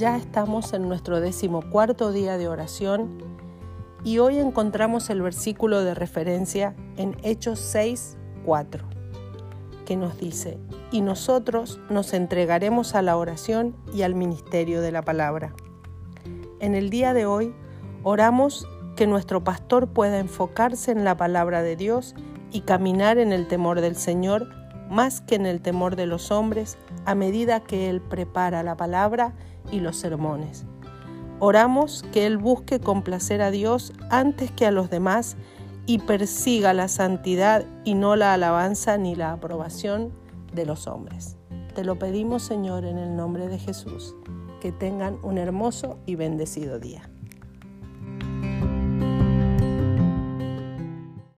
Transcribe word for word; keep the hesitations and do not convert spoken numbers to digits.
Ya estamos en nuestro decimocuarto día de oración y hoy encontramos el versículo de referencia en Hechos seis, cuatro, que nos dice: y nosotros nos entregaremos a la oración y al ministerio de la palabra. En el día de hoy oramos que nuestro pastor pueda enfocarse en la palabra de Dios y caminar en el temor del Señor más que en el temor de los hombres, a medida que Él prepara la palabra y los sermones. Oramos que Él busque complacer a Dios antes que a los demás y persiga la santidad y no la alabanza ni la aprobación de los hombres. Te lo pedimos, Señor, en el nombre de Jesús. Que tengan un hermoso y bendecido día.